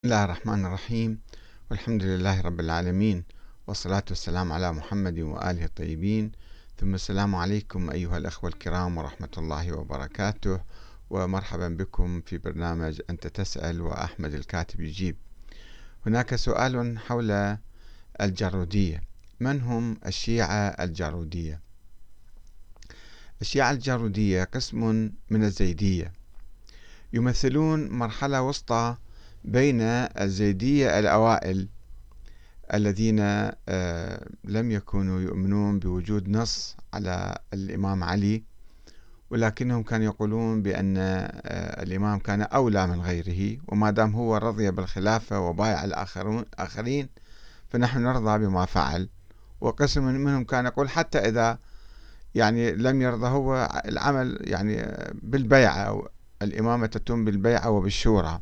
الله الرحمن الرحيم، والحمد لله رب العالمين، والصلاة والسلام على محمد وآله الطيبين، ثم السلام عليكم أيها الأخوة الكرام ورحمة الله وبركاته، ومرحبا بكم في برنامج أنت تسأل وأحمد الكاتب يجيب. هناك سؤال حول الجارودية. من هم الشيعة الجارودية؟ الشيعة الجارودية قسم من الزيدية، يمثلون مرحلة وسطى بين الزيدية الأوائل الذين لم يكونوا يؤمنون بوجود نص على الإمام علي، ولكنهم كانوا يقولون بأن الإمام كان أولى من غيره، وما دام هو رضي بالخلافة وبايع الآخرين فنحن نرضى بما فعل. وقسم منهم كان يقول حتى إذا لم يرضى هو العمل بالبيعة، أو الإمامة تتم بالبيعة وبالشورى.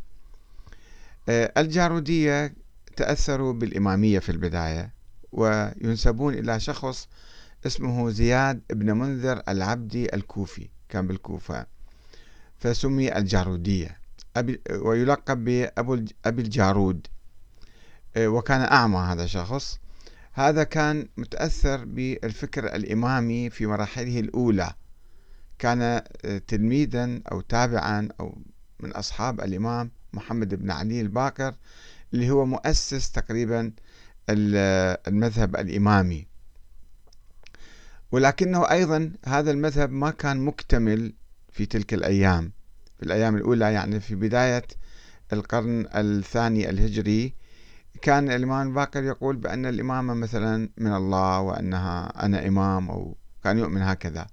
الجارودية تأثروا بالإمامية في البداية، وينسبون إلى شخص اسمه زياد بن منذر العبدي الكوفي، كان بالكوفة، فسمي الجارودية، ويلقب بأبي الجارود. وكان أعمى هذا الشخص. هذا كان متأثر بالفكر الإمامي في مراحله الأولى، كان تلميذا أو تابعا أو من أصحاب الإمام محمد بن علي الباقر، اللي هو مؤسس تقريبا المذهب الإمامي. ولكنه أيضا هذا المذهب ما كان مكتمل في تلك الأيام، في الأيام الأولى، في بداية القرن الثاني الهجري، كان الإمام الباقر يقول بأن الإمامة مثلا من الله، وأنها أنا إمام، أو كان يؤمن هكذا.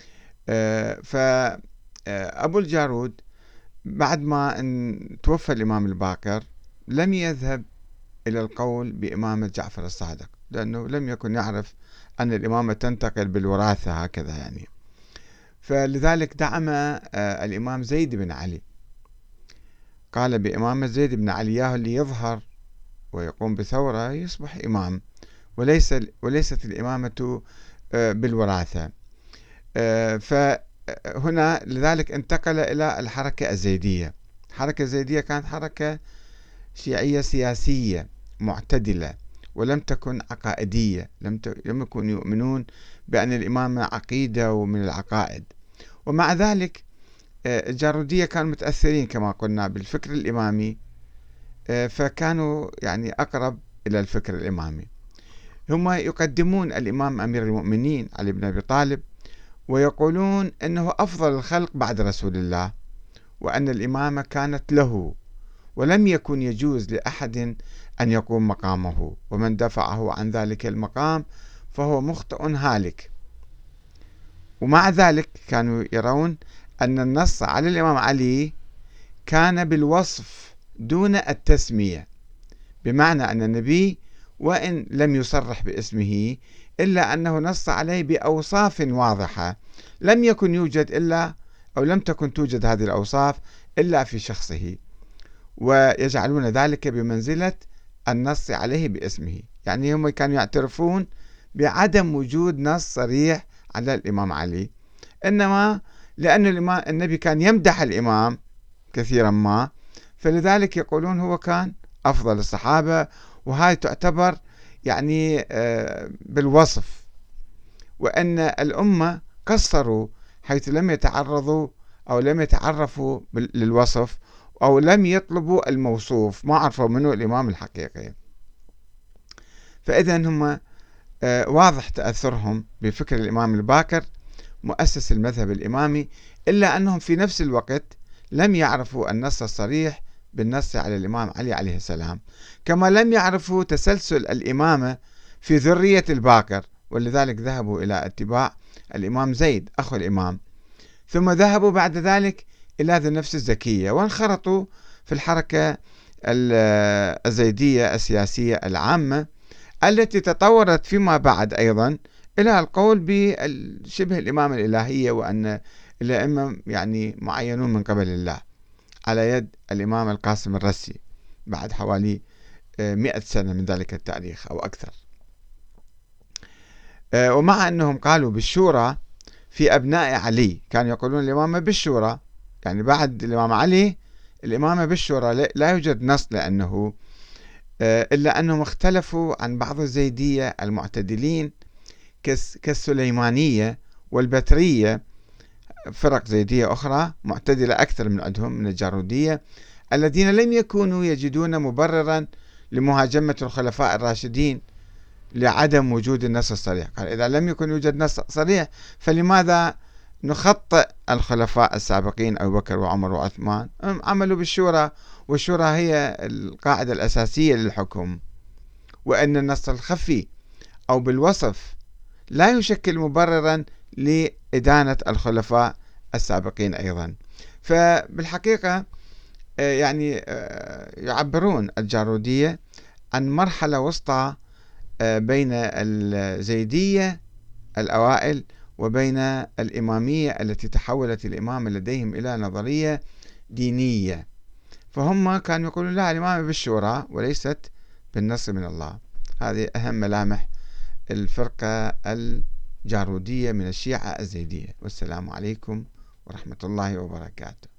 فأبو الجارود بعد ما توفى الإمام الباقر لم يذهب إلى القول بإمامة جعفر الصادق، لأنه لم يكن يعرف أن الإمامة تنتقل بالوراثة هكذا فلذلك دعم الإمام زيد بن علي، قال بإمامة زيد بن علي ياه اللي يظهر ويقوم بثورة يصبح إمام، وليست الإمامة بالوراثة. فهنا لذلك انتقل إلى الحركة الزيدية. الحركة الزيدية كانت حركة شيعية سياسية معتدلة، ولم تكن عقائدية، لم يكونوا يؤمنون بأن الإمامة عقيدة ومن العقائد. ومع ذلك الجارودية كانوا متأثرين كما قلنا بالفكر الإمامي، فكانوا أقرب إلى الفكر الإمامي. هم يقدمون الإمام أمير المؤمنين علي بن أبي طالب، ويقولون أنه أفضل الخلق بعد رسول الله، وأن الإمامة كانت له، ولم يكن يجوز لأحد أن يقوم مقامه، ومن دفعه عن ذلك المقام فهو مخطئ هالك. ومع ذلك كانوا يرون أن النص على الإمام علي كان بالوصف دون التسمية، بمعنى أن النبي وإن لم يصرح باسمه إلا أنه نص عليه بأوصاف واضحة لم يكن يوجد إلا، أو لم تكن توجد هذه الأوصاف إلا في شخصه، ويجعلون ذلك بمنزلة النص عليه باسمه. هم كانوا يعترفون بعدم وجود نص صريح على الإمام علي، إنما لأن النبي كان يمدح الإمام كثيرا ما، فلذلك يقولون هو كان أفضل الصحابة، وهاي تعتبر بالوصف، وأن الأمة قصروا حيث لم يتعرضوا أو لم يتعرفوا للوصف، أو لم يطلبوا الموصوف، ما عرفوا منه الإمام الحقيقي. فإذا هم واضح تأثرهم بفكر الإمام الباقر مؤسس المذهب الإمامي، إلا أنهم في نفس الوقت لم يعرفوا النص الصريح بالنص على الإمام علي عليه السلام، كما لم يعرفوا تسلسل الإمامة في ذرية الباقر، ولذلك ذهبوا إلى اتباع الإمام زيد أخو الإمام، ثم ذهبوا بعد ذلك إلى ذي النفس الزكية، وانخرطوا في الحركة الزيدية السياسية العامة، التي تطورت فيما بعد أيضا إلى القول بشبه الإمامة الإلهية، وأن الأئمة معينون من قبل الله على يد الإمام القاسم الرسي بعد حوالي 100 سنة من ذلك التاريخ أو أكثر. ومع أنهم قالوا بالشورى في أبناء علي، كانوا يقولون الإمامة بالشورى، بعد الإمام علي الإمامة بالشورى لا يوجد نص، لأنه إلا أنهم اختلفوا عن بعض الزيدية المعتدلين كالسليمانية والبترية، فرق زيدية أخرى معتدلة أكثر من عندهم من الجارودية، الذين لم يكونوا يجدون مبررا لمهاجمة الخلفاء الراشدين لعدم وجود النص الصريح. قال إذا لم يكن يوجد نص صريح فلماذا نخطئ الخلفاء السابقين أبو بكر وعمر وعثمان؟ هم عملوا بالشورى، والشورى هي القاعدة الأساسية للحكم، وأن النص الخفي أو بالوصف لا يشكل مبررا لإدانة الخلفاء السابقين أيضا. فبالحقيقة يعني يعبرون الجارودية عن مرحلة وسطى بين الزيدية الأوائل وبين الإمامية التي تحولت الإمامة لديهم إلى نظرية دينية. فهم كانوا يقولون لا، الإمامة بالشورى وليست بالنص من الله. هذه أهم ملامح الفرقة الجارودية من الشيعة الزيدية. والسلام عليكم ورحمة الله وبركاته.